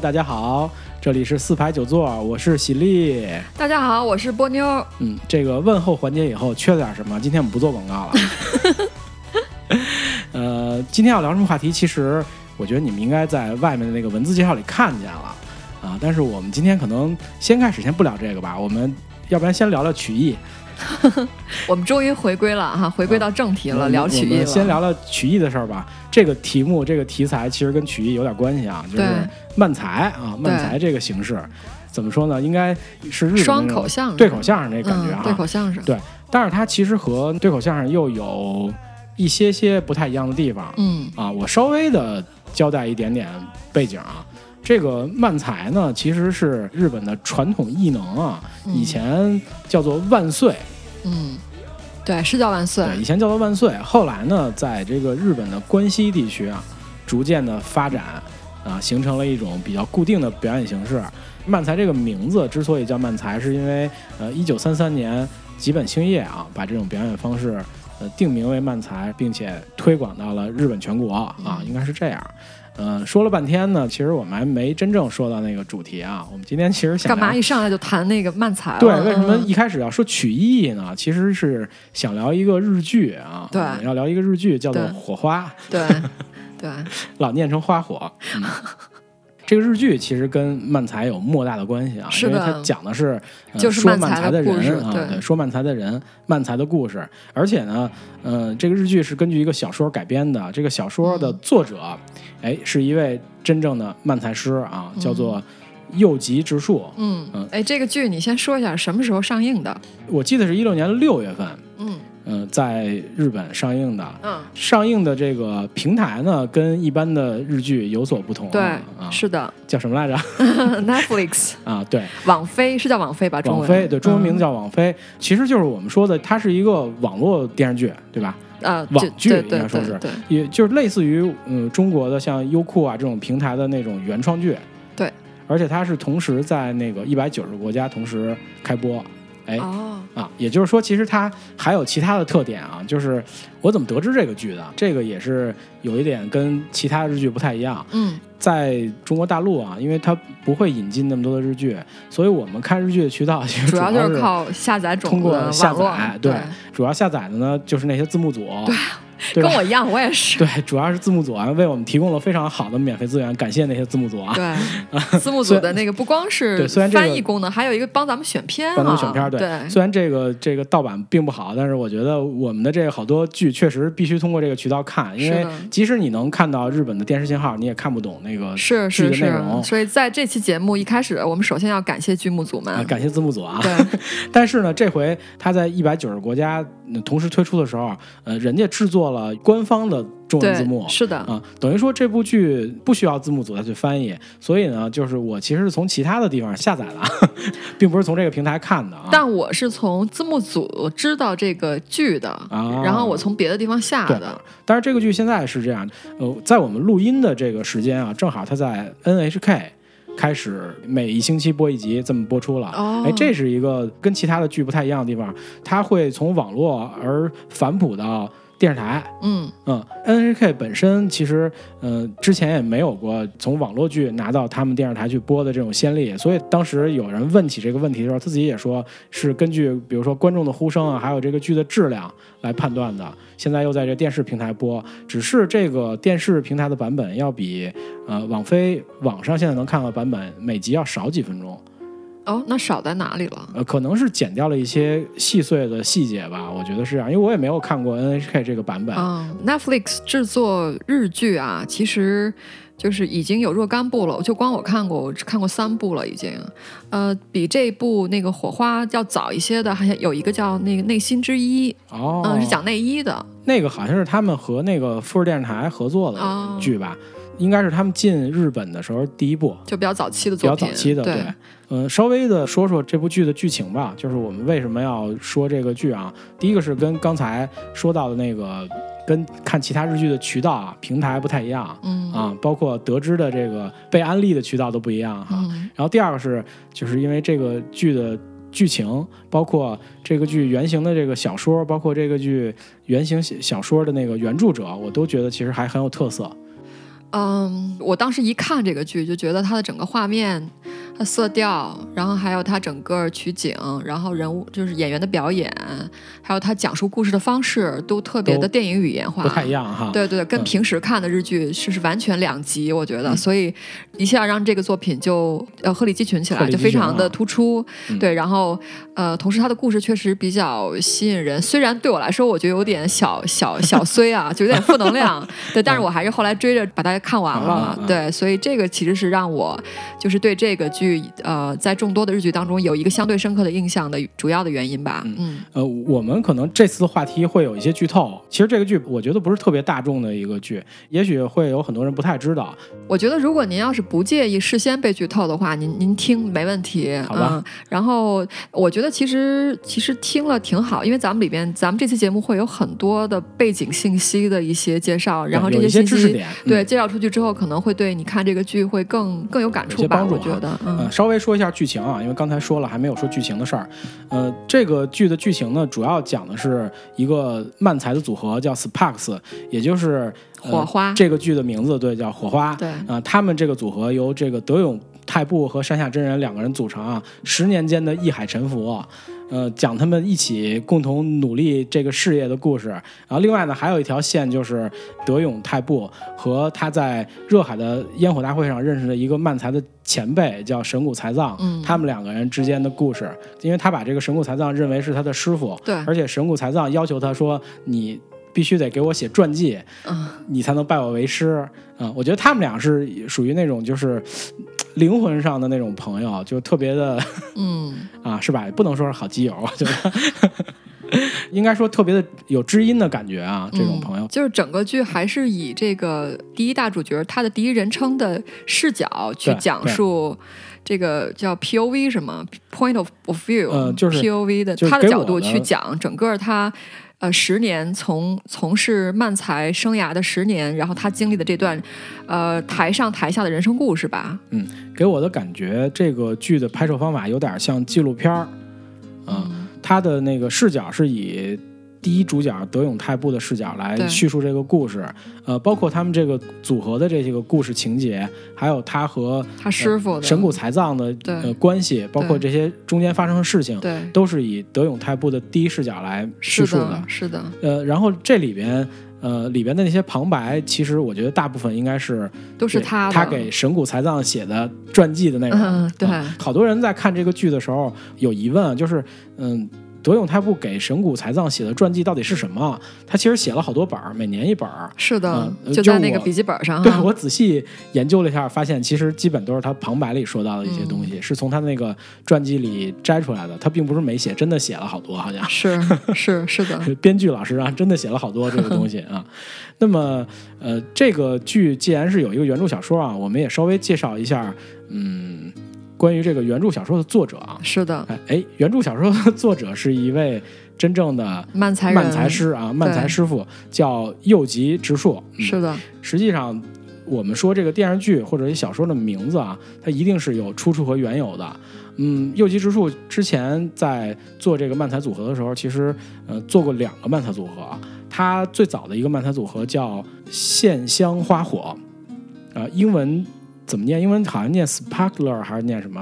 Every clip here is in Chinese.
大家好，这里是四排九座，我是喜力。 大家好，我是波妞。 这个问候环节以后缺了点什么，今天我们不做广告了。今天要聊什么话题？其实我觉得你们应该在外面的那个文字介绍里看见了啊，但是我们今天可能先不聊这个吧，我们要不然先聊聊曲艺。 我们终于回归了哈，回归到正题了，聊曲艺了。我们先聊聊曲艺的事儿吧。这个题目、这个题材其实跟曲艺有点关系啊，就是漫才啊，漫才这个形式怎么说呢？应该是日本双口相声、 对口相声那感觉啊， 对口相声。 对，但是它其实和对口相声又有一些不太一样的地方。我稍微的交代一点点背景啊。这个漫才呢，其实是日本的传统艺能啊，以前叫做万岁。 对，是叫万岁。 对，以前叫做万岁，后来呢，在这个日本的关西地区啊，逐渐的发展啊，形成了一种比较固定的表演形式。漫才这个名字之所以叫漫才，是因为1933年吉本兴业啊，把这种表演方式定名为漫才，并且推广到了日本全国啊，应该是这样。说了半天呢，其实我们还没真正说到那个主题啊。我们今天其实想干嘛一上来就谈那个漫才了？ 对，为什么一开始要说曲艺呢？其实是想聊一个日剧啊， 对， 要聊一个日剧叫做《火花》， 对， 老念成花火。这个日剧其实跟漫才有莫大的关系啊， 是的， 因为它讲的是就是说漫才的人啊， 对，说漫才的人，漫才的故事。而且呢，这个日剧是根据一个小说改编的，这个小说的作者，是一位真正的漫才师啊，叫做右吉直树。 这个剧你先说一下什么时候上映的？ 我记得是16年6月份。在日本上映的，上映的这个平台呢，跟一般的日剧有所不同。 对，是的， 叫什么来着 ？Netflix 啊，对， 网飞是叫网飞吧？ 网飞对，中文名字叫网飞，其实就是我们说的，它是一个网络电视剧，对吧？网剧应该说是，也就是类似于中国的像优酷啊这种平台的那种原创剧。 对， 而且它是同时在那个190个国家同时开播。也就是说，其实它还有其他的特点啊，就是我怎么得知这个剧的？这个也是有一点跟其他日剧不太一样。在中国大陆啊，因为它不会引进那么多的日剧，所以我们看日剧的渠道其实主要就是靠下载种子， 通过下载。对，主要下载的呢就是那些字幕组。 对，跟我一样，我也是。 对，主要是字幕组啊，为我们提供了非常好的免费资源，感谢那些字幕组啊。 对，字幕组的那个不光是翻译功能，还有一个帮咱们选片， 帮咱们选片。对，虽然这个盗版并不好，但是我觉得我们的这个好多剧确实必须通过这个渠道看，因为即使你能看到日本的电视信号，你也看不懂那个剧的内容。 所以在这期节目一开始，我们首先要感谢剧目组们， 感谢字幕组啊。 对， 但是呢，这回他在190个国家同时推出的时候，人家制作了官方的中文字幕。 是的啊，等于说这部剧不需要字幕组再去翻译，所以呢，就是我其实是从其他的地方下载的，并不是从这个平台看的啊。 但我是从字幕组知道这个剧的然后我从别的地方下的。 但是这个剧现在是这样，在我们录音的这个时间啊，正好它在 NHK。开始每一星期播一集，这么播出了。这是一个跟其他的剧不太一样的地方，它会从网络而反哺到电视台。NHK 本身其实之前也没有过从网络剧拿到他们电视台去播的这种先例，所以当时有人问起这个问题的时候，他自己也说是根据比如说观众的呼声啊，还有这个剧的质量来判断的。现在又在这电视平台播，只是这个电视平台的版本要比网飞网上现在能看到的版本每集要少几分钟。 那少在哪里了？ 可能是剪掉了一些细碎的细节吧，我觉得是这样，因为我也没有看过 NHK 这个版本。 Netflix 制作日剧啊，其实就是已经有若干部了，就光我看过3部了已经。比这部那个火花要早一些的，还有一个叫那个内心之一。是讲内衣的。那个好像是他们和那个富士电视台合作的剧吧。应该是他们进日本的时候第一部， 就比较早期的作品。 比较早期的，对。稍微的说说这部剧的剧情吧，就是我们为什么要说这个剧啊？第一个是跟刚才说到的那个，跟看其他日剧的渠道啊、平台不太一样，包括得知的这个被安利的渠道都不一样哈。然后第二个是，就是因为这个剧的剧情，包括这个剧原型的这个小说，包括这个剧原型小说的那个原著者，我都觉得其实还很有特色。 我当时一看这个剧就觉得它的整个画面、它色调，然后还有它整个取景，然后人物就是演员的表演，还有它讲述故事的方式都特别的电影语言化， 不太一样哈。 对对，跟平时看的日剧是完全两极，我觉得，所以一下让这个作品就鹤立鸡群起来，就非常的突出。对，然后同时它的故事确实比较吸引人，虽然对我来说我觉得有点小衰啊，就有点负能量，对，但是我还是后来追着把它看完了，对，所以这个其实是让我就是对这个剧在众多的日剧当中有一个相对深刻的印象的主要的原因吧。 我们可能这次的话题会有一些剧透，其实这个剧我觉得不是特别大众的一个剧，也许会有很多人不太知道。 我觉得如果您要是不介意事先被剧透的话，您听没问题， 好吧。 然后我觉得其实听了挺好，因为咱们这期节目会有很多的背景信息的一些介绍，然后这些信息知识点对介绍出去之后，可能会对你看这个剧会更有感触吧，我觉得。 稍微说一下剧情啊，因为刚才说了还没有说剧情的事儿。这个剧的剧情呢，主要讲的是一个漫才的组合叫 Sparks， 也就是火花。 这个剧的名字对，叫火花。 对他们这个组合由这个德永太步和山下真人两个人组成啊，10年间的一海沉浮。讲他们一起共同努力这个事业的故事。然后另外呢，还有一条线就是德永太步和他在热海的烟火大会上认识的一个漫才的前辈叫神谷才藏，他们两个人之间的故事。因为他把这个神谷才藏认为是他的师傅， 对， 而且神谷才藏要求他说你必须得给我写传记，你才能拜我为师。我觉得他们俩是属于那种就是灵魂上的那种朋友，就特别的是吧？不能说是好基友，我觉得应该说特别的有知音的感觉啊，这种朋友。 就是整个剧还是以这个第一大主角他的第一人称的视角去讲述这个叫 POV 什么 Point of View， 就是 POV 的他的角度去讲整个他10年从事漫才生涯的10年，然后他经历的这段台上台下的人生故事吧。 给我的感觉这个剧的拍摄方法有点像纪录片他的那个视角是以第一主角德永太步的视角来叙述这个故事，包括他们这个组合的这些个故事情节，还有他和他师傅的神谷才藏的关系，包括这些中间发生的事情，都是以德永太步的第一视角来叙述的。 是的。 然后这里边的那些旁白，其实我觉得大部分应该是都是他给神谷才藏写的传记的内容。 对， 好多人在看这个剧的时候有疑问，就是德永太步给神谷才藏写的传记到底是什么？他其实写了好多本，每年一本。 是的，就在那个笔记本上。 对，我仔细研究了一下，发现其实基本都是他旁白里说到的一些东西，是从他那个传记里摘出来的。他并不是没写，真的写了好多，好像是的。 编剧老师真的写了好多这个东西啊。那么这个剧既然是有一个原著小说啊，我们也稍微介绍一下，关于这个原著小说的作者啊。 是的， 原著小说的作者是一位真正的漫才师啊，漫才师傅，叫右吉直树。 是的， 实际上我们说这个电视剧或者小说的名字啊，它一定是有出处和缘由的。右吉直树之前在做这个漫才组合的时候，其实做过2个漫才组合。他最早的一个漫才组合叫线香花火，英文怎么念？英文好像念 Sparkler 还是念什么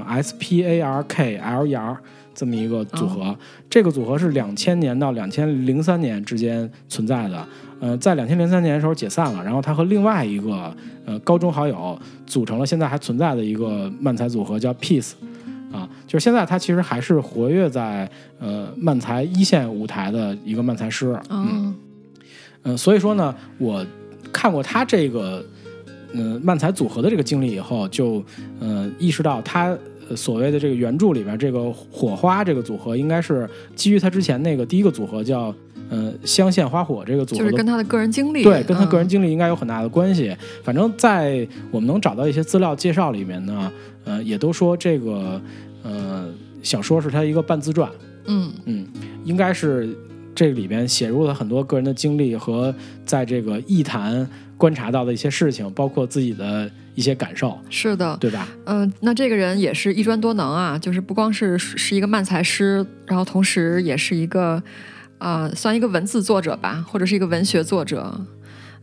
SPARKLER 这么一个组合。这个组合是2000年到2003年之间存在的。在2003年的时候解散了，然后他和另外一个高中好友组成了现在还存在的一个漫才组合叫 Peace。就是现在他其实还是活跃在漫才一线舞台的一个漫才师。所以说呢，我看过他这个漫才组合的这个经历以后，就意识到他所谓的这个原著里边这个火花这个组合，应该是基于他之前那个第一个组合叫香线花火这个组合， 就是跟他的个人经历， 对，跟他个人经历应该有很大的关系。反正在我们能找到一些资料介绍里面呢，也都说这个小说是他一个半自传。应该是这里边写入了很多个人的经历和在这个艺坛观察到的一些事情，包括自己的一些感受。 是的， 对吧？ 那这个人也是一专多能啊，就是不光是一个漫才师，然后同时也是一个算一个文字作者吧，或者是一个文学作者。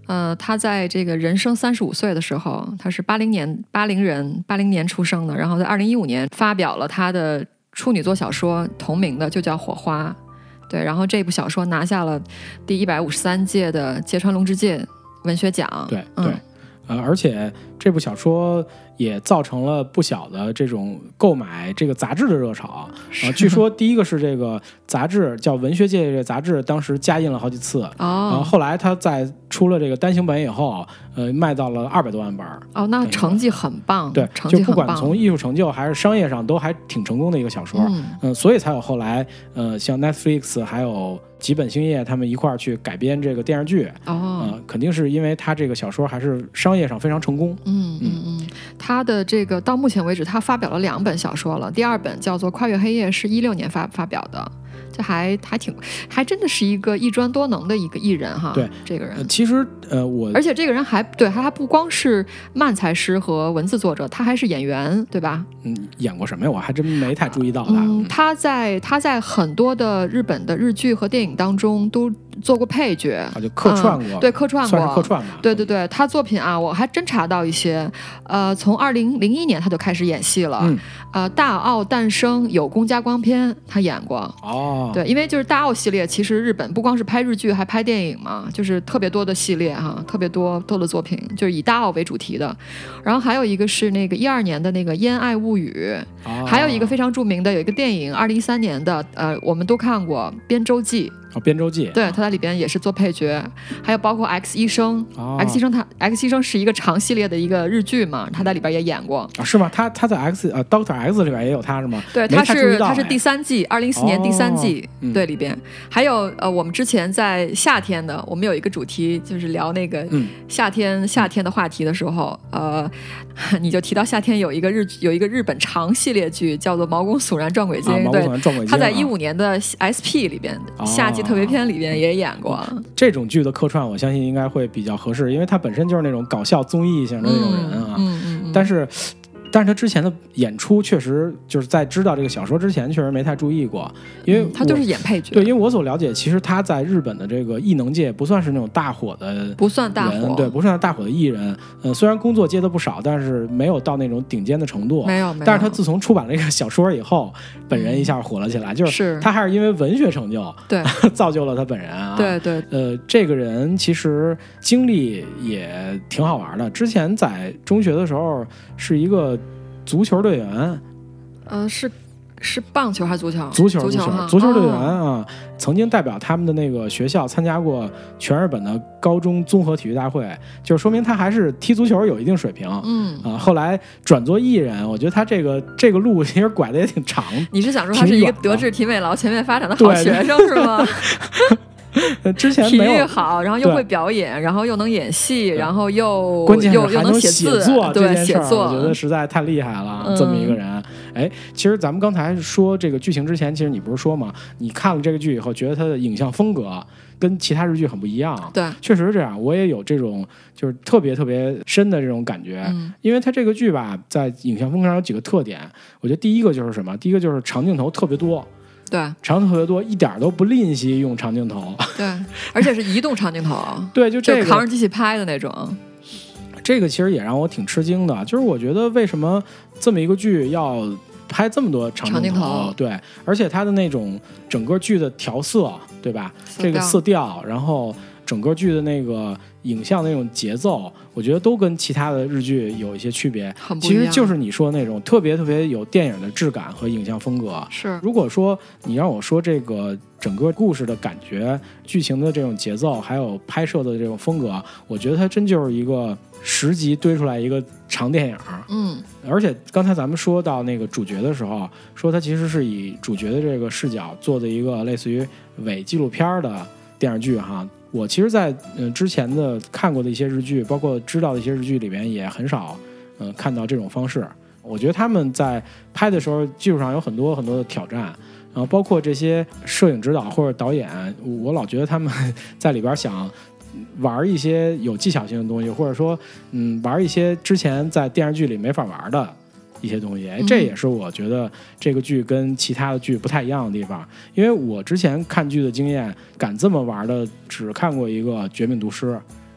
他在这个人生35岁的时候，他是80年出生的，然后在2015年发表了他的处女作小说同名的，就叫《火花》。对，然后这部小说拿下了第153届的芥川龙之介文学奖。 对对，而且这部小说也造成了不小的这种购买这个杂志的热潮。据说第一个是这个杂志叫《文学界》，这个杂志当时加印了好几次。后来他在出了这个单行本以后，卖到了200多万本。 那成绩很棒。 对， 成绩很棒， 就不管从艺术成就还是商业上都还挺成功的一个小说。所以才有后来像 Netflix 还有吉本兴业他们一块儿去改编这个电视剧。肯定是因为他这个小说还是商业上非常成功。 他的这个到目前为止他发表了2本小说了，第2本叫做《跨越黑夜》，是16年发表的。这还真的是一个一专多能的一个艺人哈。 对， 这个人其实而且这个人还不光是漫才师和文字作者，他还是演员，对吧？ 演过什么呀？我还真没太注意到他。他在很多的日本的日剧和电影当中都做过配角， 就客串过。 对，客串过， 算是客串吧。 对，他作品啊，我还真查到一些。从2001年他就开始演戏了。大奥诞生有宫家光篇他演过。对，因为就是大奥系列，其实日本不光是拍日剧，还拍电影嘛，就是特别多的系列哈，特别多的作品，就是以大奥为主题的。然后还有一个是那个12年的那个《烟爱物语》，还有一个非常著名的有一个电影，2013年的，我们都看过《编舟记》。 编舟记， 对，他在里边也是做配角。还有包括 X 医生。X 医生是一个长系列的一个日剧嘛，他在里边也演过。 是吗？他在 Doctor X 里边也有他是吗？ 对，他是第3季，2014年第3季。对，里边还有我们之前在夏天的，我们有一个主题就是聊那个夏天的话题的时候，你就提到夏天有一个日本长系列剧叫做《毛骨悚然撞鬼经》。对，他在15年的 SP 里边夏季特别篇里边也演过。 这种剧的客串我相信应该会比较合适，因为他本身就是那种搞笑综艺型的那种人啊。但是他之前的演出确实就是在知道这个小说之前确实没太注意过，因为他就是演配角。 对，因为我所了解，其实他在日本的这个艺能界不算是那种大火的人， 不算大火， 对，不算大火的艺人。虽然工作接的不少，但是没有到那种顶尖的程度。 没有。 但是他自从出版了一个小说以后，本人一下火了起来，就是他还是因为文学成就对造就了他本人啊。 对。 这个人其实经历也挺好玩的。之前在中学的时候是一个足球队员。 是棒球还是足球？ 足球队员啊，曾经代表他们的那个学校参加过全日本的高中综合体育大会，就是说明他还是踢足球有一定水平。后来转做艺人，我觉得他这个路其实拐的也挺长。 你是想说他是一个德智体美劳全面发展的好学生是吗？ 之前体育好，然后又会表演，然后又能演戏，然后又关键是又能写字，对，写作， 我觉得实在太厉害了。这么一个人，其实咱们刚才说这个剧情之前，其实你不是说嘛，你看了这个剧以后，觉得它的影像风格跟其他日剧很不一样。 对， 确实是这样，我也有这种就是特别特别深的这种感觉。因为它这个剧吧，在影像风格上有几个特点，我觉得第一个就是什么？第一个就是长镜头特别多。 对， 长镜头特别多，一点都不吝惜用长镜头。 对，而且是移动长镜头。 对，就这个扛着机器拍的那种。 这个其实也让我挺吃惊的，就是我觉得为什么这么一个剧要拍这么多长镜头？对，而且它的那种整个剧的调色，对吧？这个色调，然后整个剧的那个影像的那种节奏，我觉得都跟其他的日剧有一些区别。 很不一样。 其实就是你说的那种特别特别有电影的质感和影像风格。 是， 如果说你让我说这个整个故事的感觉、剧情的这种节奏，还有拍摄的这种风格，我觉得它真就是一个10集堆出来一个长电影。而且刚才咱们说到那个主角的时候，说它其实是以主角的这个视角做的一个类似于伪纪录片的电视剧哈。我其实在之前的看过的一些日剧，包括知道的一些日剧里面也很少看到这种方式。我觉得他们在拍的时候技术上有很多很多的挑战，然后包括这些摄影指导或者导演，我老觉得他们在里边想玩一些有技巧性的东西，或者说玩一些之前在电视剧里没法玩的一些东西。这也是我觉得这个剧跟其他的剧不太一样的地方。因为我之前看剧的经验，敢这么玩的只看过一个《绝命毒师》，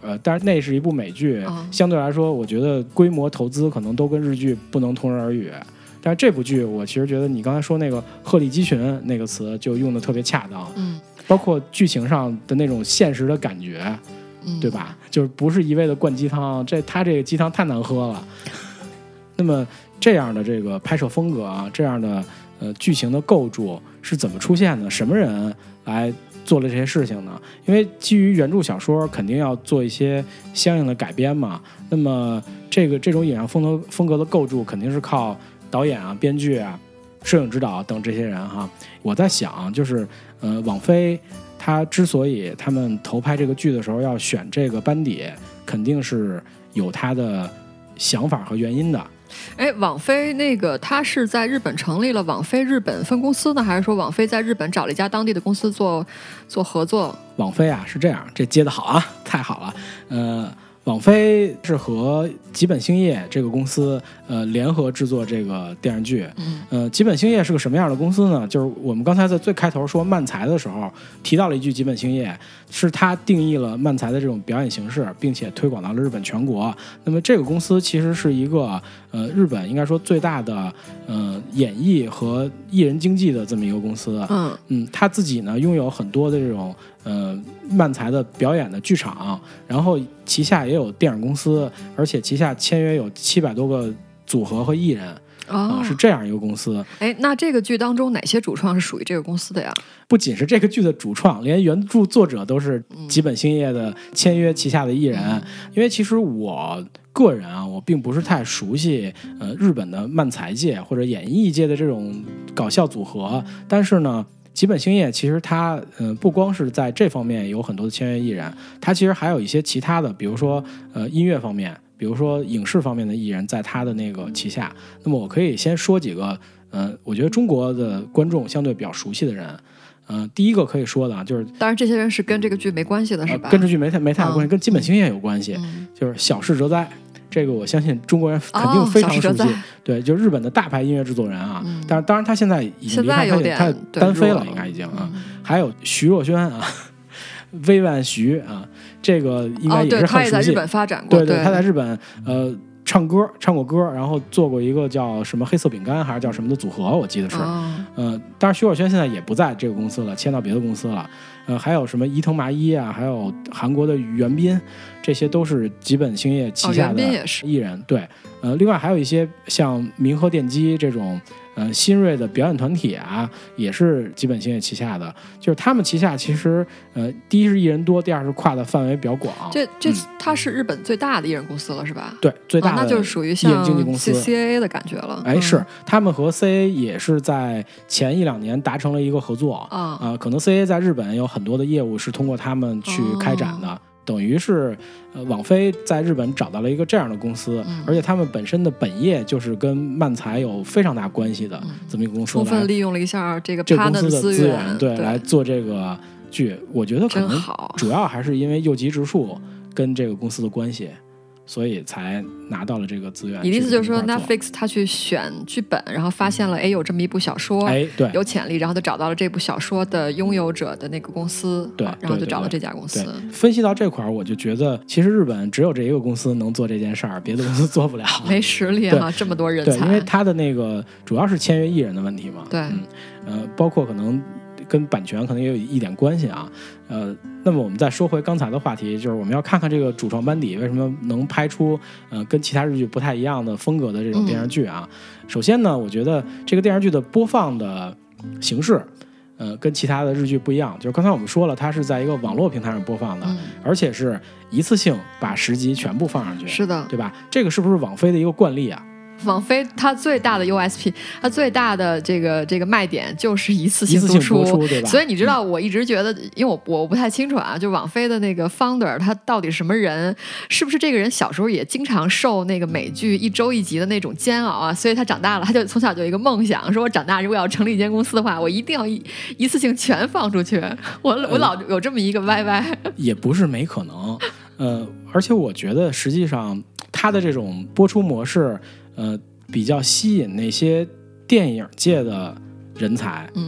但是那是一部美剧，相对来说我觉得规模投资可能都跟日剧不能同日而语。但是这部剧我其实觉得你刚才说那个鹤立鸡群那个词就用的特别恰当，包括剧情上的那种现实的感觉，对吧？就是不是一味的灌鸡汤，他这个鸡汤太难喝了。那么这样的这个拍摄风格啊，这样的剧情的构筑是怎么出现的？什么人来做了这些事情呢？因为基于原著小说肯定要做一些相应的改编嘛。那么这种影像风格的构筑肯定是靠导演啊、编剧啊、摄影指导等这些人哈。我在想，就是网飞他之所以他们投拍这个剧的时候要选这个班底，肯定是有他的想法和原因的。 网飞那个他是在日本成立了网飞日本分公司呢，还是说网飞在日本找了一家当地的公司做合作？网飞啊是这样，这接得好啊，太好了。网飞是和吉本兴业这个公司联合制作这个电视剧。吉本兴业是个什么样的公司呢？就是我们刚才在最开头说漫才的时候提到了一句，吉本兴业是他定义了漫才的这种表演形式，并且推广到了日本全国。那么这个公司其实是一个日本应该说最大的演艺和艺人经纪的这么一个公司。他自己呢拥有很多的这种漫才的表演的剧场，然后旗下也有电影公司，而且旗下签约有700多个组合和艺人。是这样一个公司。 那这个剧当中哪些主创是属于这个公司的呀？ 不仅是这个剧的主创，连原著作者都是吉本兴业的签约旗下的艺人。因为其实我个人啊，我并不是太熟悉日本的漫才界或者演艺界的这种搞笑组合，但是呢吉本兴业其实它不光是在这方面有很多的签约艺人，它其实还有一些其他的，比如说音乐方面，比如说影视方面的艺人在它的那个旗下。那么我可以先说几个我觉得中国的观众相对比较熟悉的人。第一个可以说的就是， 当然这些人是跟这个剧没关系的是吧？ 跟这剧没太大关系，跟吉本兴业有关系。就是小室哲哉，这个我相信中国人肯定非常熟悉。对，就是日本的大牌音乐制作人啊。但是当然他现在已经离开他单飞了，应该已经啊。还有徐若瑄啊，微万徐啊，这个应该也是很熟悉。 他也在日本发展过。 对，他在日本唱过歌，然后做过一个叫什么黑色饼干还是叫什么的组合，我记得是。当然徐若瑄现在也不在这个公司了，签到别的公司了。还有什么伊藤麻衣啊，还有韩国的袁彬，这些都是吉本兴业旗下的艺人。对，另外还有一些像明和电机这种新锐的表演团体啊，也是吉本兴业旗下的。就是他们旗下其实第一是艺人多，第二是跨的范围比较广。 它是日本最大的艺人公司了是吧？ 对，最大的那就是属于像经纪公司 CAA 的感觉了。 是他们和 CAA 也是在前1-2年达成了一个合作可能 CAA 在日本有很多的业务是通过他们去开展的。等于是网飞在日本找到了一个这样的公司，而且他们本身的本业就是跟漫才有非常大关系的这么一个公司， 充分利用了一下这个公司的资源， 对， 来做这个剧。我觉得可能主要还是因为右吉直树跟这个公司的关系，所以才拿到了这个资源。 你的意思就是说 Netflix 他去选剧本，然后发现了有这么一部小说对， 有潜力，然后就找到了这部小说的拥有者的那个公司， 对， 然后就找了这家公司。 分析到这块我就觉得其实日本只有这一个公司能做这件事儿，别的公司做不了。 没实力啊，这么多人才。 对，因为他的那个主要是签约艺人的问题嘛。 对， 包括可能跟版权可能也有一点关系啊。那么我们再说回刚才的话题，就是我们要看看这个主创班底为什么能拍出跟其他日剧不太一样的风格的这种电视剧啊。首先呢，我觉得这个电视剧的播放的形式跟其他的日剧不一样，就是刚才我们说了，它是在一个网络平台上播放的，而且是一次性把10集全部放上去。 是的， 对吧？这个是不是网飞的一个惯例啊？ 网飞它最大的 USP， 它最大的这个卖点就是一次性播出，对吧？ 所以你知道，我一直觉得，因为我不太清楚啊，就网飞的那个 founder 他到底什么人，是不是这个人小时候也经常受那个美剧1周1集的那种煎熬啊？所以他长大了，他就从小就有一个梦想，说我长大如果要成立一间公司的话，我一定要一次性全放出去。我老有这么一个歪歪， 也不是没可能。而且我觉得实际上他的这种播出模式。比较吸引那些电影界的人才，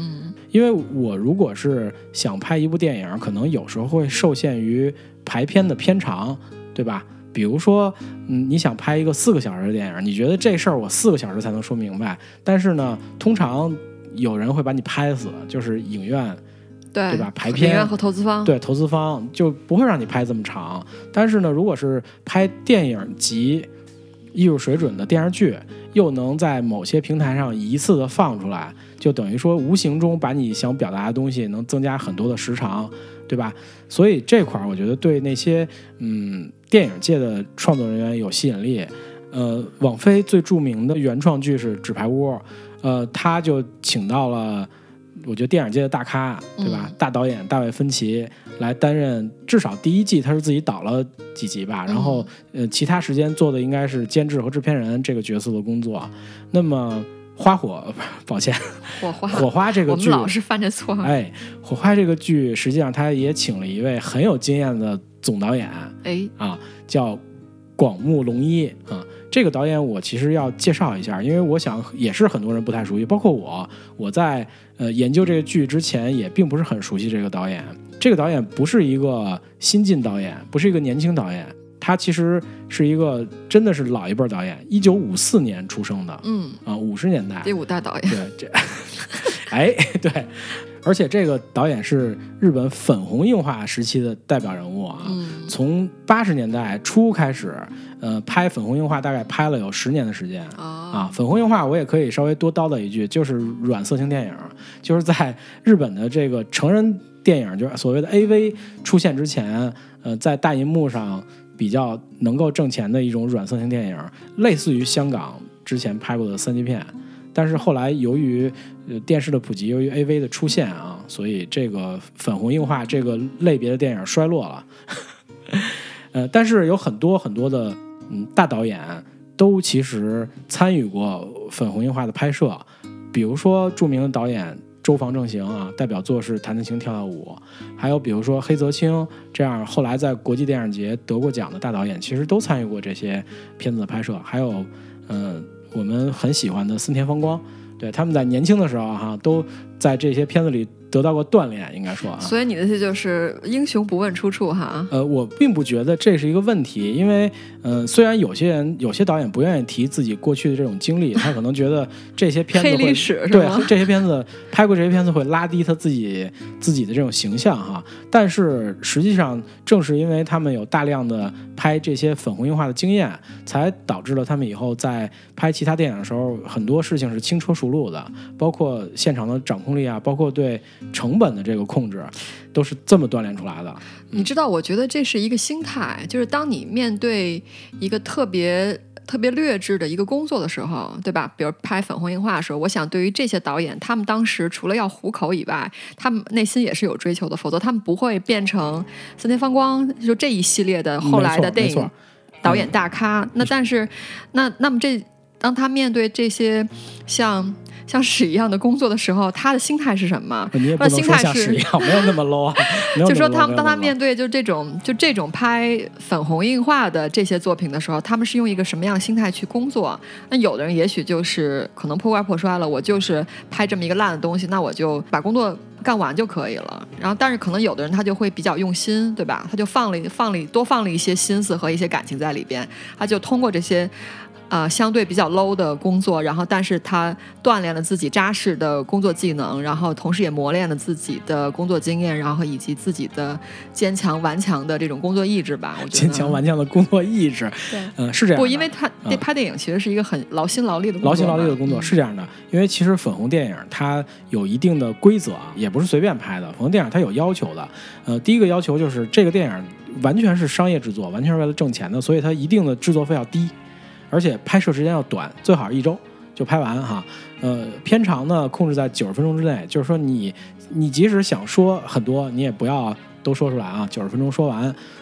因为我如果是想拍一部电影，可能有时候会受限于排片的片长，对吧？比如说，你想拍一个4个小时的电影，你觉得这事儿我4个小时才能说明白，但是呢，通常有人会把你拍死，就是影院，对吧？排片， 影院和投资方， 对，投资方就不会让你拍这么长。但是呢，如果是拍电影级艺术水准的电视剧，又能在某些平台上一次的放出来，就等于说无形中把你想表达的东西能增加很多的时长，对吧？所以这块我觉得对那些电影界的创作人员有吸引力。网飞最著名的原创剧是《纸牌屋》，他就请到了我觉得电影界的大咖，对吧？大导演大卫芬奇来担任，至少第1季他是自己导了几集吧，然后其他时间做的应该是监制和制片人这个角色的工作。那么抱歉，火花这个剧， 我们老是犯这错。 火花这个剧实际上他也请了一位很有经验的总导演，叫广木隆一啊。这个导演我其实要介绍一下，因为我想也是很多人不太熟悉，包括我在研究这个剧之前也并不是很熟悉这个导演。这个导演不是一个新晋导演，不是一个年轻导演，他其实是一个真的是老一辈导演，1954年出生的，50年代第5代导演。 对，对，而且这个导演是日本粉红映画时期的代表人物啊，从80年代初开始，拍粉红映画大概拍了有10年的时间啊。粉红映画我也可以稍微多叨叨一句，就是软色情电影，就是在日本的这个成人电影，就是所谓的 AV 出现之前，在大银幕上比较能够挣钱的一种软色情电影，类似于香港之前拍过的3级片。但是后来由于电视的普及，由于 AV 的出现啊，所以这个粉红映画这个类别的电影衰落了。但是有很多很多的大导演都其实参与过粉红映画的拍摄，比如说著名的导演周防正行啊，代表作是《弹弹琴跳跳舞》，还有比如说黑泽清这样后来在国际电影节得过奖的大导演，其实都参与过这些片子的拍摄。还有我们很喜欢的森田芳光，对，他们在年轻的时候都在这些片子里得到过锻炼，应该说啊。 所以你的意思就是英雄不问出处哈？ 我并不觉得这是一个问题，因为虽然有些导演不愿意提自己过去的这种经历，他可能觉得这些片子黑历史是对这些片子拍过这些片子会拉低他自己的这种形象哈。但是实际上正是因为他们有大量的拍这些粉红映画的经验，才导致了他们以后在拍其他电影的时候，很多事情是轻车熟路的，包括现场的掌控力啊，包括对成本的这个控制，都是这么锻炼出来的。 你知道，我觉得这是一个心态，就是当你面对一个特别劣质的一个工作的时候，对吧？比如拍粉红映画的时候，我想对于这些导演，他们当时除了要糊口以外，他们内心也是有追求的，否则他们不会变成森田芳光就这一系列的后来的电影导演大咖。那但是那么当他面对这些像屎一样的工作的时候，他的心态是什么？ 你也不能说像屎一样，没有那么 low 啊。 就说当他面对就这种拍粉红映画的这些作品的时候，他们是用一个什么样的心态去工作？那有的人也许就是可能破罐破摔了，我就是拍这么一个烂的东西，那我就把工作干完就可以了。然后，但是可能有的人他就会比较用心，对吧？他就多放了一些心思和一些感情在里边，他就通过这些。相对比较 low 的工作，然后但是他锻炼了自己扎实的工作技能，然后同时也磨练了自己的工作经验，然后以及自己的坚强顽强的这种工作意志吧。我觉得坚强顽强的工作意志， 对， 是这样的。 不，因为他拍电影其实是一一个很劳心劳力的工作， 劳心劳力的工作是这样的。因为其实粉红电影它有一定的规则，也不是随便拍的。粉红电影它有要求的。第一个要求就是这个电影完全是商业制作，完全是为了挣钱的，所以它一定的制作费要低。而且拍摄时间要短，最好1周就拍完哈。片长呢控制在90分钟之内，就是说你即使想说很多，你也不要都说出来啊，90分钟说完。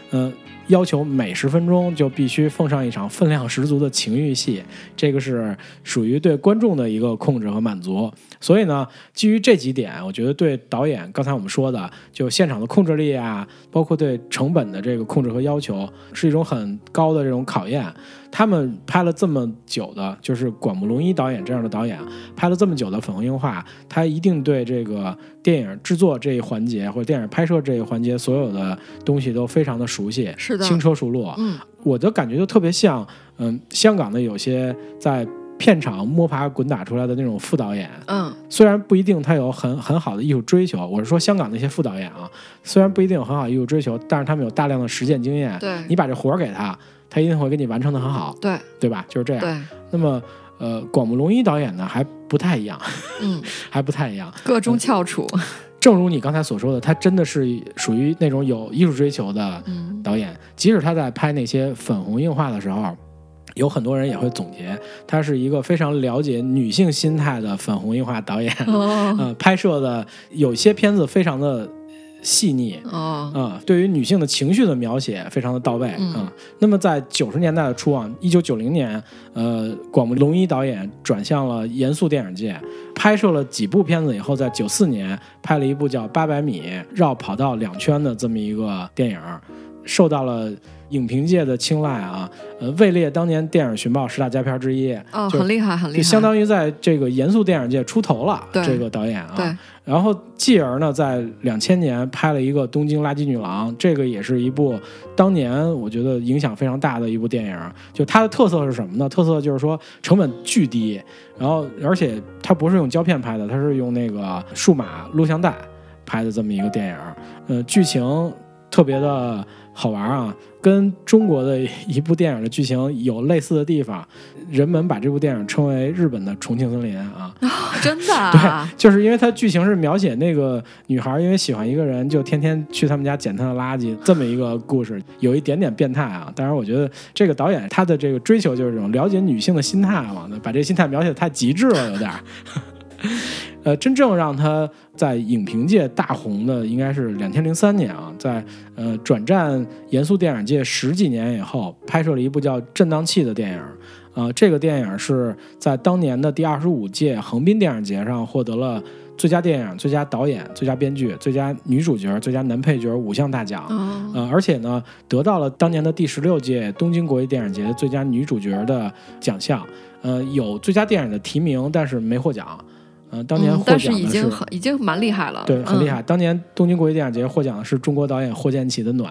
要求每10分钟就必须奉上一场分量十足的情欲戏，这个是属于对观众的一个控制和满足。所以呢，基于这几点，我觉得对导演刚才我们说的就现场的控制力啊，包括对成本的这个控制和要求，是一种很高的这种考验。他们拍了这么久的，就是广木隆一导演这样的导演拍了这么久的粉红樱花，他一定对这个电影制作这一环节或者电影拍摄这一环节所有的东西都非常的熟悉， 是的， 轻车熟路。我的感觉就特别像香港的有些在片场摸爬滚打出来的那种副导演，虽然不一定他有很好的艺术追求，我是说香港那些副导演啊，虽然不一定有很好的艺术追求，但是他们有大量的实践经验， 对，你把这活给他一定会给你完成的很好，对吧？就是这样。 对， 那么广木隆一导演呢还不太一样，还不太一样， 各中翘楚。 正如你刚才所说的，他真的是属于那种有艺术追求的导演，即使他在拍那些粉红映画的时候，有很多人也会总结他是一个非常了解女性心态的粉红映画导演，拍摄的有些片子非常的细腻，对于女性的情绪的描写非常的到位。那么在90年代的初1990年，广木隆一导演转向了严肃电影界，拍摄了几部片子以后，在94年拍了一部叫800米绕跑道2圈的这么一个电影，受到了影评界的青睐啊，位列当年电影寻报10大佳片之一， 很厉害，很厉害， 就相当于在这个严肃电影界出头了。这个导演啊， 对。 然后继而呢，在2000年拍了一个《东京垃圾女郎》，这个也是一部当年我觉得影响非常大的一部电影。就它的特色是什么呢？特色就是说成本巨低，然后而且它不是用胶片拍的，它是用那个数码录像带拍的这么一个电影。剧情特别的好玩啊，跟中国的一部电影的剧情有类似的地方，人们把这部电影称为日本的重庆森林啊。 真的啊？ 对，就是因为它剧情是描写那个女孩因为喜欢一个人，就天天去他们家捡他的垃圾，这么一个故事，有一点点变态啊。当然我觉得这个导演他的这个追求就是这种了解女性的心态嘛，把这个心态描写得太极致了，有点真正让他在影评界大红的应该是2003年啊，在转战严肃电影界10几年以后，拍摄了一部叫《震荡器》的电影。这个电影是在当年的第25届横滨电影节上获得了最佳电影、最佳导演、最佳编剧、最佳女主角、最佳男配角5项大奖。而且呢，得到了当年的第16届东京国际电影节最佳女主角的奖项。有最佳电影的提名，但是没获奖。当年获奖的是， 但是已经蛮厉害了， 对，很厉害。当年东京国际电影节获奖的是中国导演霍建起的《暖》。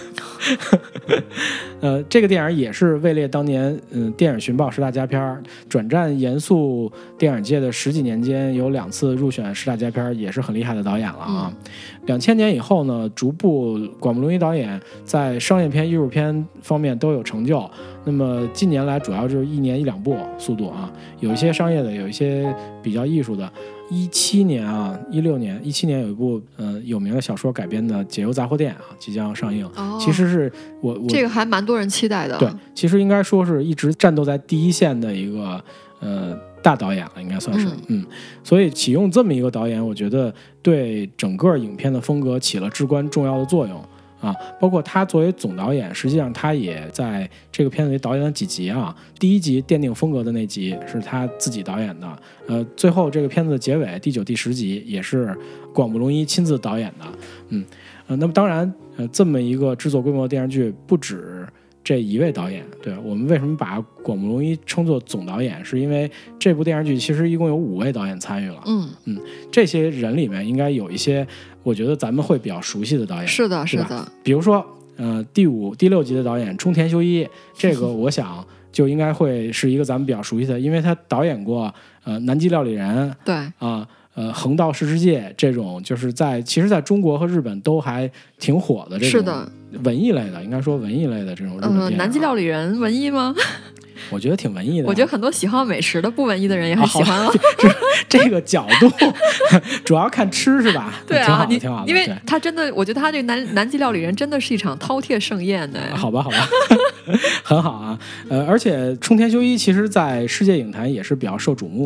这个电影也是位列当年电影寻报10大佳片，转战严肃电影界的10几年间有2次入选10大佳片，也是很厉害的导演了啊。2000年以后呢，逐步广木隆一导演在商业片、艺术片方面都有成就。那么近年来主要就是1年1、2部速度啊，有一些商业的，有一些比较艺术的。17年啊，16年，17年有一部有名的小说改编的《解忧杂货店》啊，即将上映。其实是我这个还蛮多人期待的。 对，其实应该说是一直战斗在第一线的一个大导演了，应该算是。所以启用这么一个导演，我觉得对整个影片的风格起了至关重要的作用。包括他作为总导演，实际上他也在这个片子里导演了几集啊。第1集奠定风格的那集是他自己导演的，最后这个片子的结尾第9、第10集也是广木隆一亲自导演的。那么当然，这么一个制作规模的电视剧不止这一位导演。对，我们为什么把广木隆一称作总导演，是因为这部电视剧其实一共有5位导演参与了。这些人里面应该有一些我觉得咱们会比较熟悉的导演。 是的，是的。 比如说第5、第6集的导演冲田修一，这个我想就应该会是一个咱们比较熟悉的，因为他导演过南极料理人， 对啊。横道世之介这种，就是其实在中国和日本都还挺火的这种文艺类的，应该说文艺类的这种日本电影。 南极料理人文艺吗？ 我觉得挺文艺的。 我觉得很多喜好美食的不文艺的人也很喜欢了。 这个角度主要看吃是吧？ 对啊， 挺好的，挺好的。 因为他真的，我觉得他这个南极料理人真的是一场饕餮盛宴的。 好吧，很好啊。而且冲田修一其实在世界影坛也是比较受瞩目的啊。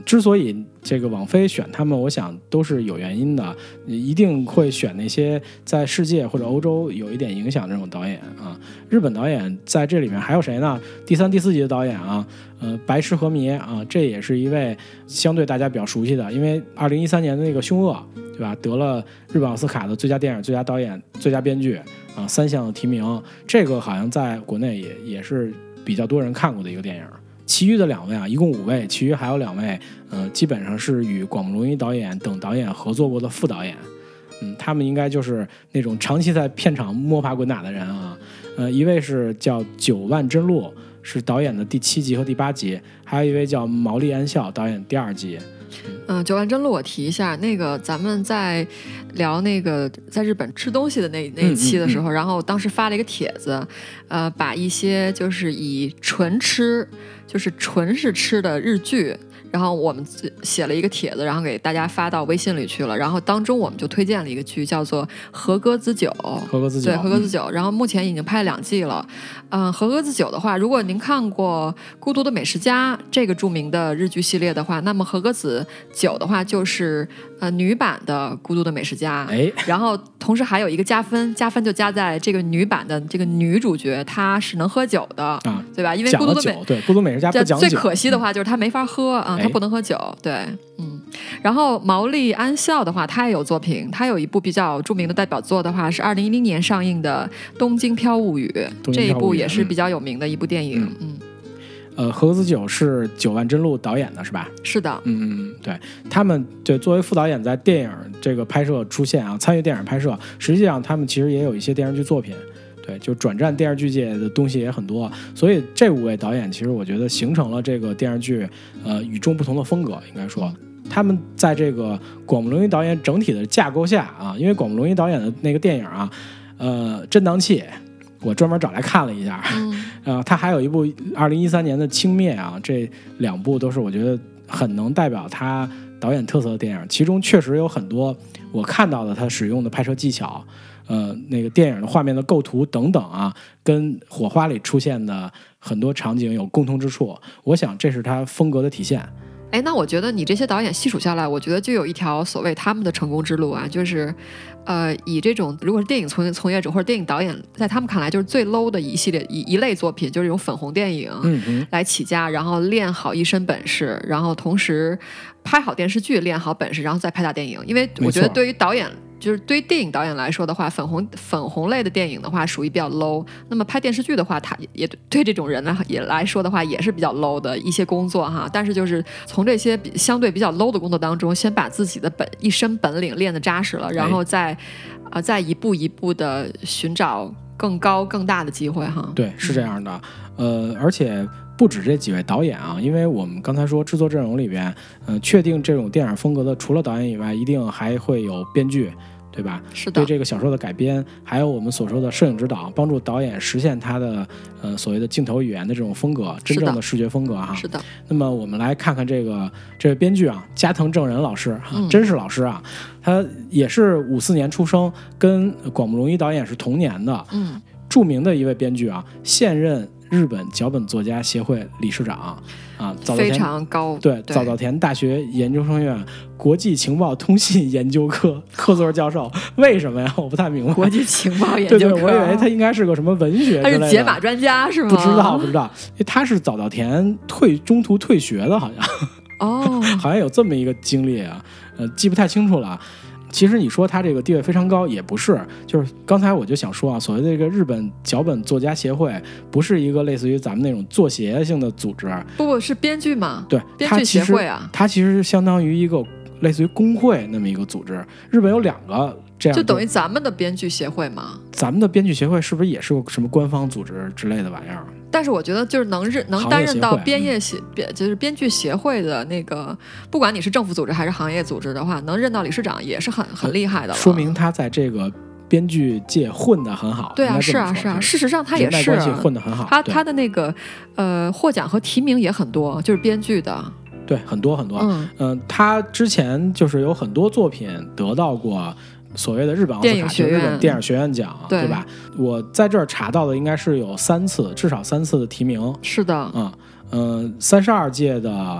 之所以这个网飞选他们，我想都是有原因的，一定会选那些在世界或者欧洲有一点影响这种导演啊。日本导演在这里面还有谁呢？第3、第4集的导演啊，白石和弥啊，这也是一位相对大家比较熟悉的，因为2013年的那个《凶恶》，对吧？得了日本奥斯卡的最佳电影、最佳导演、最佳编剧啊3项提名，这个好像在国内也是比较多人看过的一个电影。其余的2位啊，一共5位，其余还有2位，基本上是与广木隆一导演等导演合作过的副导演，他们应该就是那种长期在片场摸爬滚打的人啊。一位是叫久万真路，是导演的第7集和第8集，还有一位叫毛利安孝，导演第2集。 久万真路我提一下，那个咱们在聊那个在日本吃东西的那一期的时候，然后当时发了一个帖子，把一些就是以纯吃，就是纯是吃的日剧，然后我们写了一个帖子，然后给大家发到微信里去了。然后当中我们就推荐了一个剧，叫做《和歌子酒》。 和歌子酒， 对，和歌子酒。然后目前已经拍了2季了。和歌子酒的话，如果您看过《孤独的美食家》这个著名的日剧系列的话，那么和歌子酒的话就是女版的《孤独的美食家》。 哎， 然后同时还有一个加分就加在这个女版的这个女主角她是能喝酒的啊，对吧？因为孤独的美食家不讲酒， 最可惜的话就是她没法喝啊，她不能喝酒。对，然后毛利安孝的话，他也有作品，他有一部比较著名的代表作的话是2010年上映的《东京飘物语》，这一部也是比较有名的一部电影。 和歌子酒是久万真路导演的是吧？ 是的。 对，他们对作为副导演在电影这个拍摄出现啊，参与电影拍摄，实际上他们其实也有一些电视剧作品。对，就转战电视剧界的东西也很多，所以这5位导演其实我觉得形成了这个电视剧与众不同的风格，应该说他们在这个广木隆一导演整体的架构下啊，因为广木隆一导演的那个电影啊，震荡器我专门找来看了一下，他还有一部2013年的《轻蔑》啊，这2部都是我觉得很能代表他导演特色的电影，其中确实有很多我看到的他使用的拍摄技巧，那个电影的画面的构图等等啊，跟火花里出现的很多场景有共通之处，我想这是他风格的体现。 那我觉得你这些导演细数下来，我觉得就有一条所谓他们的成功之路啊，就是以这种如果是电影从业者或者电影导演，在他们看来就是最 low 的一类作品，就是用粉红电影来起家，然后练好一身本事，然后同时拍好电视剧，练好本事，然后再拍大电影。因为我觉得对于导演，就是对于电影导演来说的话，粉红类的电影的话属于比较 low， 那么拍电视剧的话，它也对这种人也来说的话也是比较 low 的一些工作哈。但是就是从这些相对比较 low 的工作当中，先把自己的一身本领练得扎实了，然后再一步一步的寻找更高更大的机会哈。 对，是这样的。而且不止这几位导演啊，因为我们刚才说制作阵容里边，确定这种电影风格的除了导演以外，一定还会有编剧，对吧？ 是的。 对这个小说的改编，还有我们所说的摄影指导，帮助导演实现他的所谓的镜头语言的这种风格，真正的视觉风格哈。 是的。 那么我们来看看这位编剧啊，加藤正人老师，真是老师啊，他也是54年出生，跟广木隆一导演是同年的，著名的一位编剧啊，现任日本脚本作家协会理事长啊， 非常高。 对，早稻田大学研究生院国际情报通信研究科客座教授。为什么呀？我不太明白。 国际情报研究科， 对，我以为他应该是个什么文学之类的。 他是解码专家是吗？ 不知道，他是早稻田中途退学的，好像。好像有这么一个经历啊，记不太清楚了。其实你说他这个地位非常高也不是，就是刚才我就想说啊，所谓的这个日本脚本作家协会不是一个类似于咱们那种作协性的组织， 不是编剧吗？ 对， 编剧协会啊， 它其实相当于一个类似于工会那么一个组织。日本有2个这样， 就等于咱们的编剧协会嘛。 咱们的编剧协会是不是也是个什么官方组织之类的玩意儿？ 但是我觉得就是能担任到就是编剧协会的那个，不管你是政府组织还是行业组织的话，能任到理事长也是很厉害的了。说明他在这个编剧界混得很好。 对啊，是啊，事实上他也是人脉关系混得很好。 他的那个获奖和提名也很多，就是编剧的。 对，很多很多。他之前就是有很多作品得到过所谓的日本奥斯卡，就是日本电影学院奖，对吧？我在这儿查到的应该是有3次，至少3次的提名。 是的。 32届的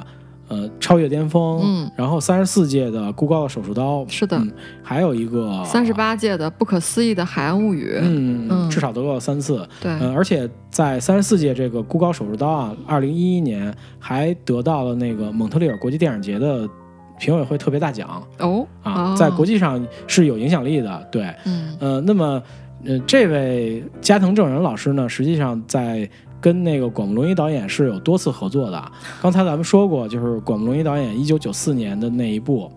超越巅峰，然后34届的孤高的手术刀， 是的， 还有一个 38届的不可思议的海岸物语， 至少得过3次， 对， 而且在34届这个孤高手术刀啊，2011年还得到了那个蒙特利尔国际电影节的评委会特别大奖在国际上是有影响力的，对，那么这位加藤正人老师呢，实际上在跟那个广木隆一导演是有多次合作的。刚才咱们说过，就是广木隆一导演1994年的那一部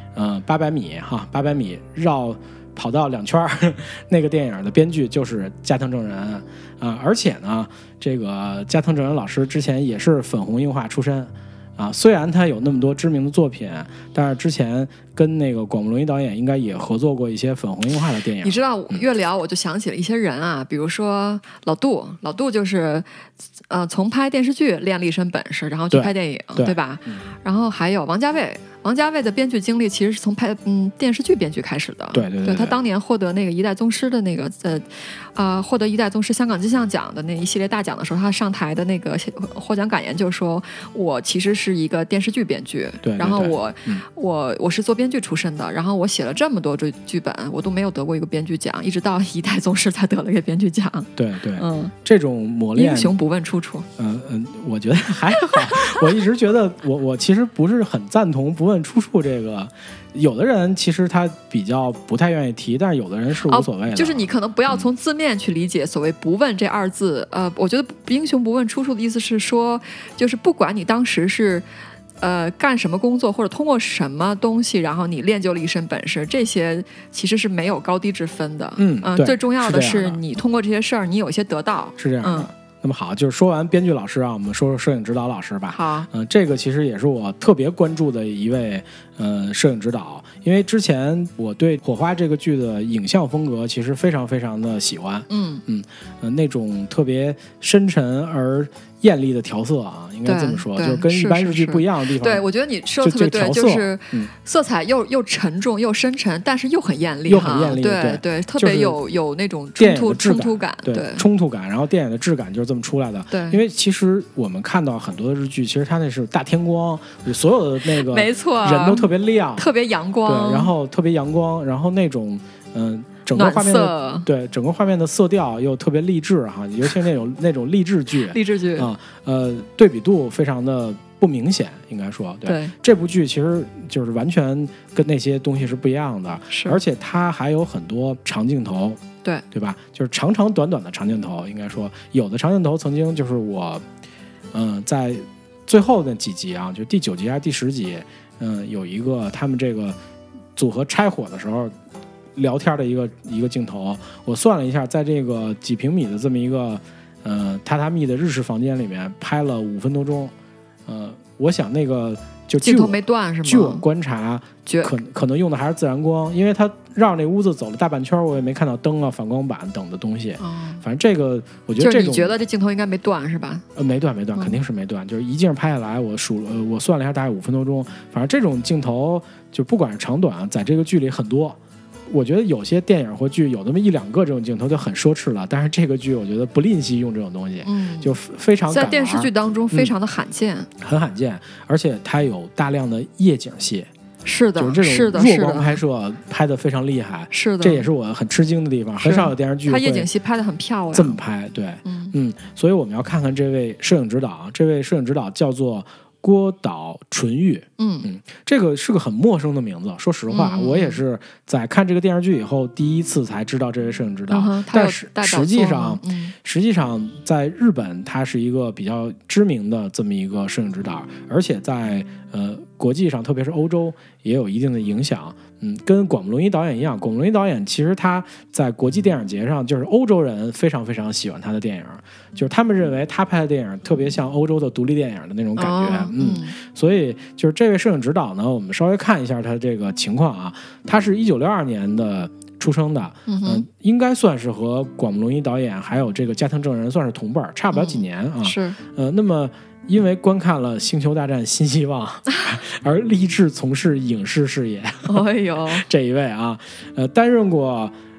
800米跑道2圈那个电影的编剧就是加藤正人而且呢这个加藤正人老师之前也是粉红映画出身虽然他有那么多知名的作品，但是之前跟那个广木隆一导演应该也合作过一些粉红映画的电影。 你知道越聊我就想起了一些人啊，比如说老杜就是从拍电视剧练了一身本事，然后去拍电影， 对吧？然后还有王家卫的编剧经历其实是从拍电视剧编剧开始的。 对， 他当年获得那个一代宗师的那个获得一代宗师香港金像奖的那一系列大奖的时候，他上台的那个获奖感言就说，我其实是一个电视剧编剧， 对， 然后我是做编剧出身的，然后我写了这么多剧本，我都没有得过一个编剧奖，一直到一代宗师才得了一个编剧奖。 对，这种磨练， 英雄不问出处。 我觉得还好。我一直觉得我其实不是很赞同不问出处这个。有的人其实他比较不太愿意提，但是有的人是无所谓的。 就是你可能不要从字面去理解所谓不问这2字。我觉得英雄不问出处的意思是说，就是不管你当时是干什么工作或者通过什么东西，然后你练就了一身本事，这些其实是没有高低之分的。最重要的是你通过这些事儿，你有一些得到。 是这样的。那么好，就是说完编剧老师我们说说摄影指导老师吧。 好， 这个其实也是我特别关注的一位摄影指导，因为之前我对《火花》这个剧的影像风格其实非常非常的喜欢。那种特别深沉而艳丽的调色应该这么说，就跟一般日剧不一样的地方。 对，我觉得你说的特别对，就是色彩又沉重又深沉，但是又很艳丽，对，特别有那种冲突感，对， 冲突感，然后电影的质感就是这么出来的。 对， 因为其实我们看到很多的日剧，其实它那是大天光，所有的那个没错， 人都特别亮， 特别阳光， 对，然后特别阳光，然后那种整个画面的整个画面的色调又特别励志尤其是那种励志剧对比度非常的不明显，应该说对这部剧其实就是完全跟那些东西是不一样的，而且它还有很多长镜头，对吧？就是长长短短的长镜头，应该说有的长镜头曾经就是我在最后那几集就第9集还是第10集有一个他们这个组合拆伙的时候聊天的一个镜头，我算了一下，在这个几平米的这么一个榻榻米的日式房间里面拍了5分多钟，我想那个就镜头没断是吗？ 据我观察，可能用的还是自然光，因为他绕那屋子走了大半圈，我也没看到灯反光板等的东西。反正这个我觉得就是你觉得这镜头应该没断是吧？ 没断，肯定是没断，就是一镜拍下来，我算了一下，大概5分多钟。反正这种镜头就不管是长短，在这个剧里很多。我觉得有些电影或剧有那么1-2个这种镜头就很奢侈了，但是这个剧我觉得不吝惜用这种东西，就非常在电视剧当中非常的罕见， 很罕见，而且它有大量的夜景戏， 是的， 就是这种弱光拍摄拍得非常厉害， 是的， 这也是我很吃惊的地方，很少有电视剧它夜景戏拍得很漂亮， 这么拍，对，所以我们要看看这位摄影指导，这位摄影指导叫做郭岛纯玉，这个是个很陌生的名字，说实话，我也是在看这个电视剧以后第一次才知道这位摄影指导，但是实际上在日本他是一个比较知名的这么一个摄影指导，而且在国际上特别是欧洲也有一定的影响。跟广木隆一导演一样，广木隆一导演其实他在国际电影节上，就是欧洲人非常非常喜欢他的电影，就是他们认为他拍的电影特别像欧洲的独立电影的那种感觉。所以就是这位摄影指导呢，我们稍微看一下他这个情况他是1962年的出生的，应该算是和广木隆一导演还有这个加藤正人算是同辈，差不了几年是那么因为观看了《星球大战：新希望》而立志从事影视事业， 哎呦， 这一位担任过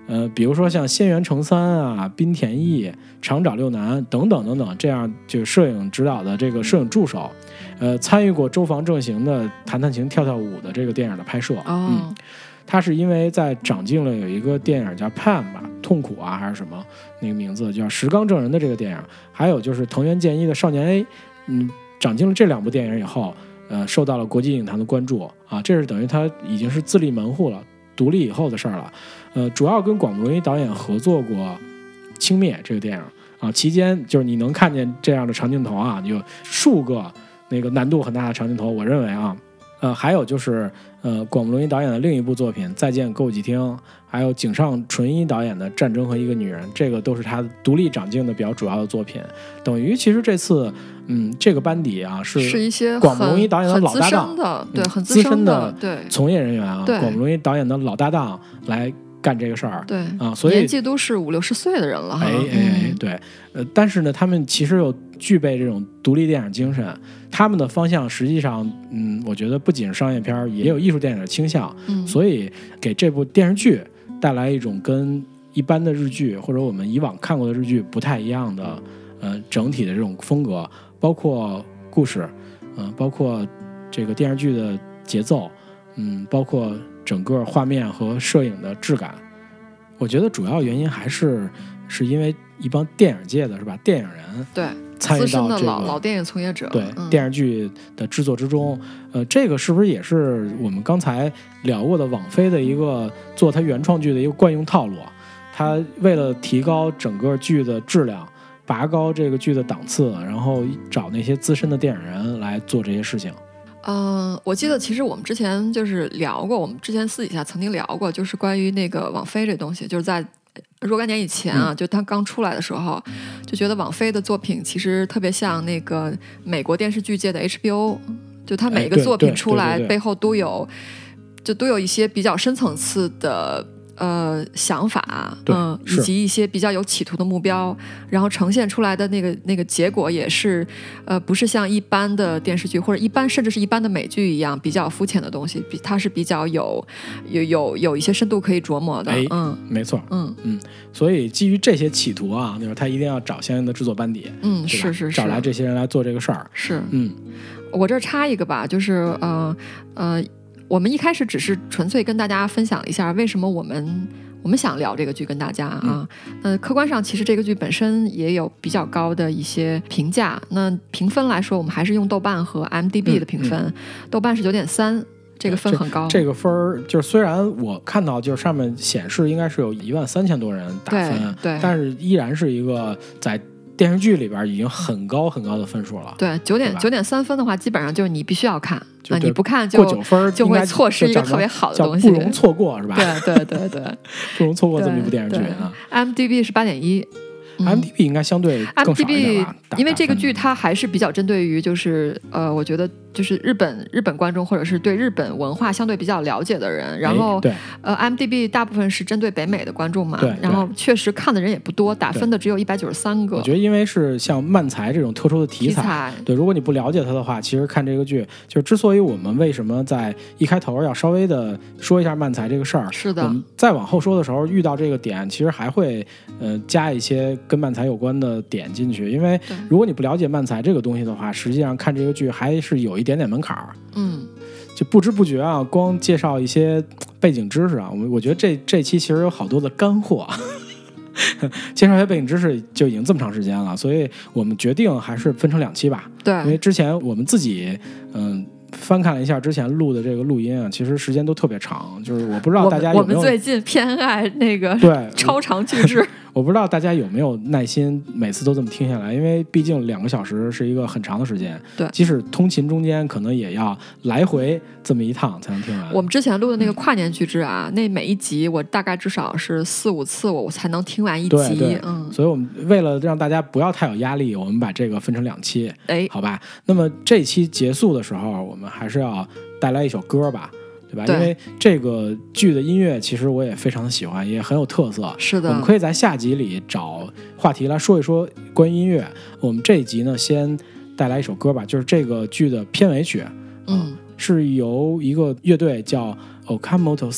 比如说像仙原诚三啊、滨田毅、长沼六男等等等等，这样就摄影指导的这个摄影助手，参与过周防正行的《弹弹琴跳跳舞》的这个电影的拍摄。他是因为在长进了有一个电影叫 Pan 吧，痛苦啊还是什么那个名字叫石冈正人的这个电影，还有就是藤原健一的少年 A， 长进了这2部电影以后，受到了国际影坛的关注啊，这是等于他已经是自立门户了，独立以后的事儿了。主要跟广木隆一导演合作过《轻蔑》这个电影啊，期间就是你能看见这样的长镜头啊，有数个那个难度很大的长镜头，我认为啊。还有就是广木隆一导演的另一部作品《再见歌舞伎町》，还有井上纯一导演的《战争和一个女人》，这个都是他独立长镜的比较主要的作品。等于其实这次这个班底啊是一些广木隆一导演的老搭档， 对，很资深的对从业人员啊， 对， 广木隆一导演的老搭档来干这个事儿， 对啊，所以年纪都是50、60岁的人了哈。 对，但是呢，他们其实有具备这种独立电影精神，他们的方向实际上，我觉得不仅是商业片，也有艺术电影的倾向，所以给这部电视剧带来一种跟一般的日剧或者我们以往看过的日剧不太一样的，整体的这种风格，包括故事，包括这个电视剧的节奏，包括整个画面和摄影的质感。我觉得主要原因还是因为一帮电影界的是吧，电影人对参与到资深的这个老电影从业者， 对电视剧的制作之中，这个是不是也是我们刚才聊过的网飞的一个做它原创剧的一个惯用套路？它为了提高整个剧的质量，拔高这个剧的档次，然后找那些资深的电影人来做这些事情。 我记得其实我们之前就是聊过，我们之前私底下曾经聊过，就是关于那个网飞这东西，就是在若干年以前啊，就它刚出来的时候，就觉得网飞的作品其实特别像那个美国电视剧界的 HBO， 就它每个作品出来背后都有一些比较深层次的想法，以及一些比较有企图的目标，然后呈现出来的那个结果也是，不是像一般的电视剧或者甚至是一般的美剧一样比较肤浅的东西，它是比较有一些深度可以琢磨的。 没错，所以基于这些企图啊，就是他一定要找相应的制作班底， 是找来这些人来做这个事儿。 是，我这儿插一个吧，就是我们一开始只是纯粹跟大家分享一下为什么我们想聊这个剧跟大家啊，客观上其实这个剧本身也有比较高的一些评价。那评分来说，我们还是用豆瓣和 IMDB 的评分，豆瓣是9.3，这个分很高。 这个分就是虽然我看到就是上面显示应该是有13000多人打分， 对， 但是依然是一个在电视剧里边已经很高很高的分数了。 对，9.3分的话，基本上就是你必须要看，你不看过9分就会错失一个特别好的东西， 不容错过是吧？ 对， 不容错过这么一部电视剧啊。 IMDB 是8.1。 IMDB 应该相对更少一点吧， 因为这个剧它还是比较针对于就是我觉得就是日本观众或者是对日本文化相对比较了解的人，然后IMDB 大部分是针对北美的观众嘛，然后确实看的人也不多，打分的只有193个。 我觉得因为是像漫才这种特殊的题材，对，如果你不了解它的话，其实看这个剧就是之所以我们为什么在一开头要稍微的说一下漫才这个事儿， 是的， 我们再往后说的时候遇到这个点，其实还会加一些跟漫才有关的点进去，因为如果你不了解漫才这个东西的话，实际上看这个剧还是有一点点门槛儿。就不知不觉啊，光介绍一些背景知识啊，我觉得这期其实有好多的干货，介绍一些背景知识就已经这么长时间了，所以我们决定还是分成2期吧。 对， 因为之前我们自己翻看了一下之前录的这个录音啊，其实时间都特别长，就是我不知道大家有没有我们最近偏爱那个对超长句式。 我不知道大家有没有耐心每次都这么听下来，因为毕竟2个小时是一个很长的时间， 对， 即使通勤中间可能也要来回这么一趟才能听完。 我们之前录的那个跨年剧制啊，那每一集我大概至少是4、5次我才能听完一集。 对，所以我们为了让大家不要太有压力，我们把这个分成2期，好吧？那么这期结束的时候，我们还是要带来一首歌吧。对吧？因为这个剧的音乐其实我也非常的喜欢，也很有特色。 是的， 我们可以在下集里找话题来说一说关于音乐。我们这一集呢，先带来一首歌吧，就是这个剧的片尾曲，是由一个乐队叫 Okamoto's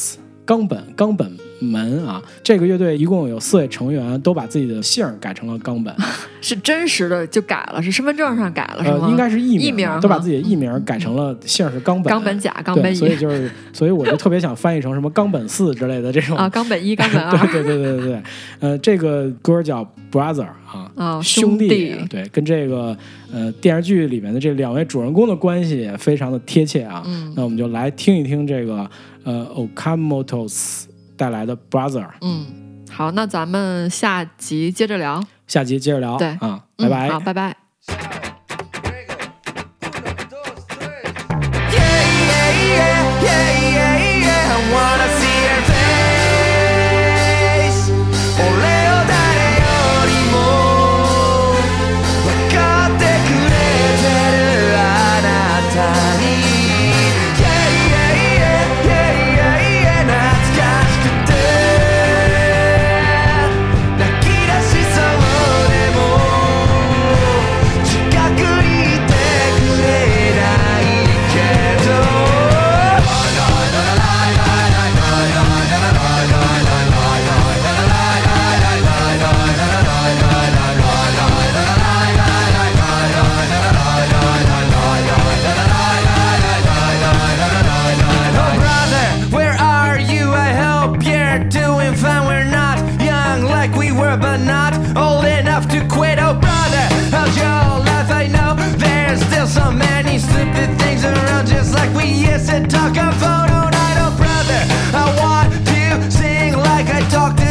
冈本门啊。这个乐队一共有4位成员，都把自己的姓改成了冈本。 是真实的就改了，是身份证上改了是吗？ 应该是艺名，都把自己的艺名改成了姓是冈本。 冈本甲、冈本乙， 所以我就特别想翻译成什么冈本4之类的这种啊，冈本1、冈本2。 对，这个歌叫 Brother 啊，兄弟。对，跟这个电视剧里面的这2位主人公的关系也非常的贴切啊。那我们就来听一听这个Okamotos 带来的 Brother。 好，那咱们下集接着聊。 对啊，拜拜。 好，拜拜。 But not old enough to quit. Oh brother, how's your life? I know there's still so many stupid things around, just like we used to talk on phone all night. Oh brother, I want to sing like I talked